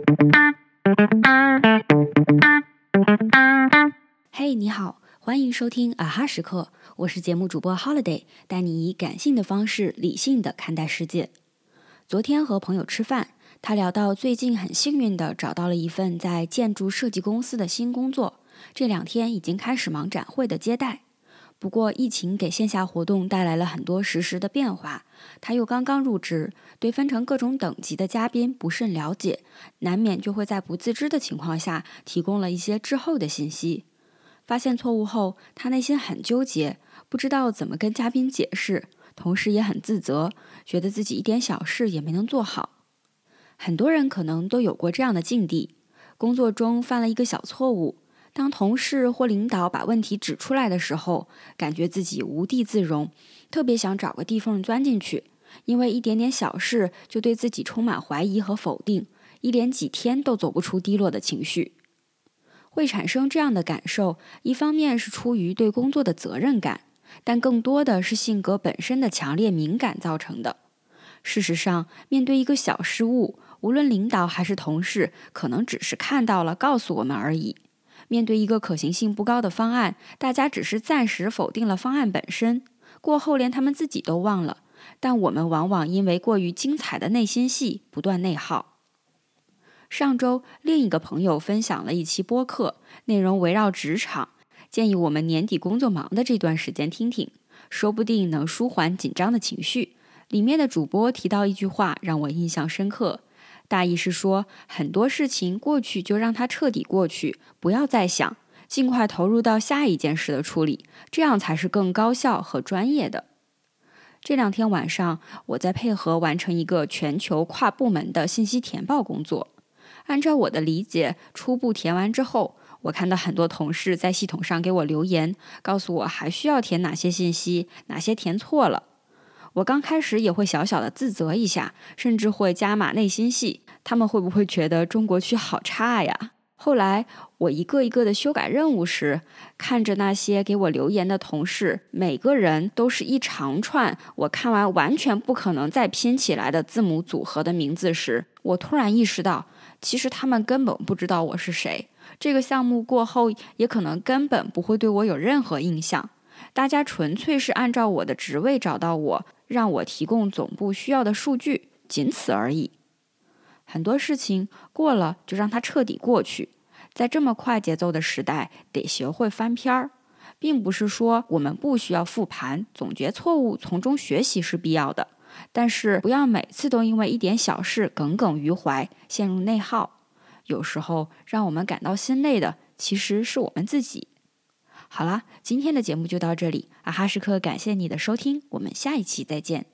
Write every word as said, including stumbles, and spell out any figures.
嘿，你好，欢迎收听啊哈时刻，我是节目主播 Holiday， 带你以感性的方式理性的看待世界。昨天和朋友吃饭，他聊到最近很幸运的找到了一份在建筑设计公司的新工作，这两天已经开始忙展会的接待。不过疫情给线下活动带来了很多实时的变化，他又刚刚入职，对分成各种等级的嘉宾不甚了解，难免就会在不自知的情况下提供了一些滞后的信息。发现错误后，他内心很纠结，不知道怎么跟嘉宾解释，同时也很自责，觉得自己一点小事也没能做好。很多人可能都有过这样的境地，工作中犯了一个小错误，当同事或领导把问题指出来的时候，感觉自己无地自容，特别想找个地缝钻进去，因为一点点小事就对自己充满怀疑和否定，一连几天都走不出低落的情绪。会产生这样的感受，一方面是出于对工作的责任感，但更多的是性格本身的强烈敏感造成的。事实上，面对一个小失误，无论领导还是同事，可能只是看到了告诉我们而已。面对一个可行性不高的方案，大家只是暂时否定了方案本身，过后连他们自己都忘了，但我们往往因为过于精彩的内心戏不断内耗。上周，另一个朋友分享了一期播客，内容围绕职场，建议我们年底工作忙的这段时间听听，说不定能舒缓紧张的情绪。里面的主播提到一句话让我印象深刻，大意是说，很多事情过去就让它彻底过去，不要再想，尽快投入到下一件事的处理，这样才是更高效和专业的。这两天晚上，我在配合完成一个全球跨部门的信息填报工作。按照我的理解，初步填完之后，我看到很多同事在系统上给我留言，告诉我还需要填哪些信息，哪些填错了。我刚开始也会小小的自责一下，甚至会加码内心戏，他们会不会觉得中国区好差呀？后来我一个一个的修改任务时，看着那些给我留言的同事，每个人都是一长串我看完完全不可能再拼起来的字母组合的名字时，我突然意识到，其实他们根本不知道我是谁，这个项目过后也可能根本不会对我有任何印象，大家纯粹是按照我的职位找到我，让我提供总部需要的数据，仅此而已。很多事情过了就让它彻底过去，在这么快节奏的时代，得学会翻篇儿，并不是说我们不需要复盘、总结错误，从中学习是必要的，但是不要每次都因为一点小事耿耿于怀，陷入内耗。有时候让我们感到心累的，其实是我们自己。好啦，今天的节目就到这里，啊哈时刻感谢你的收听，我们下一期再见。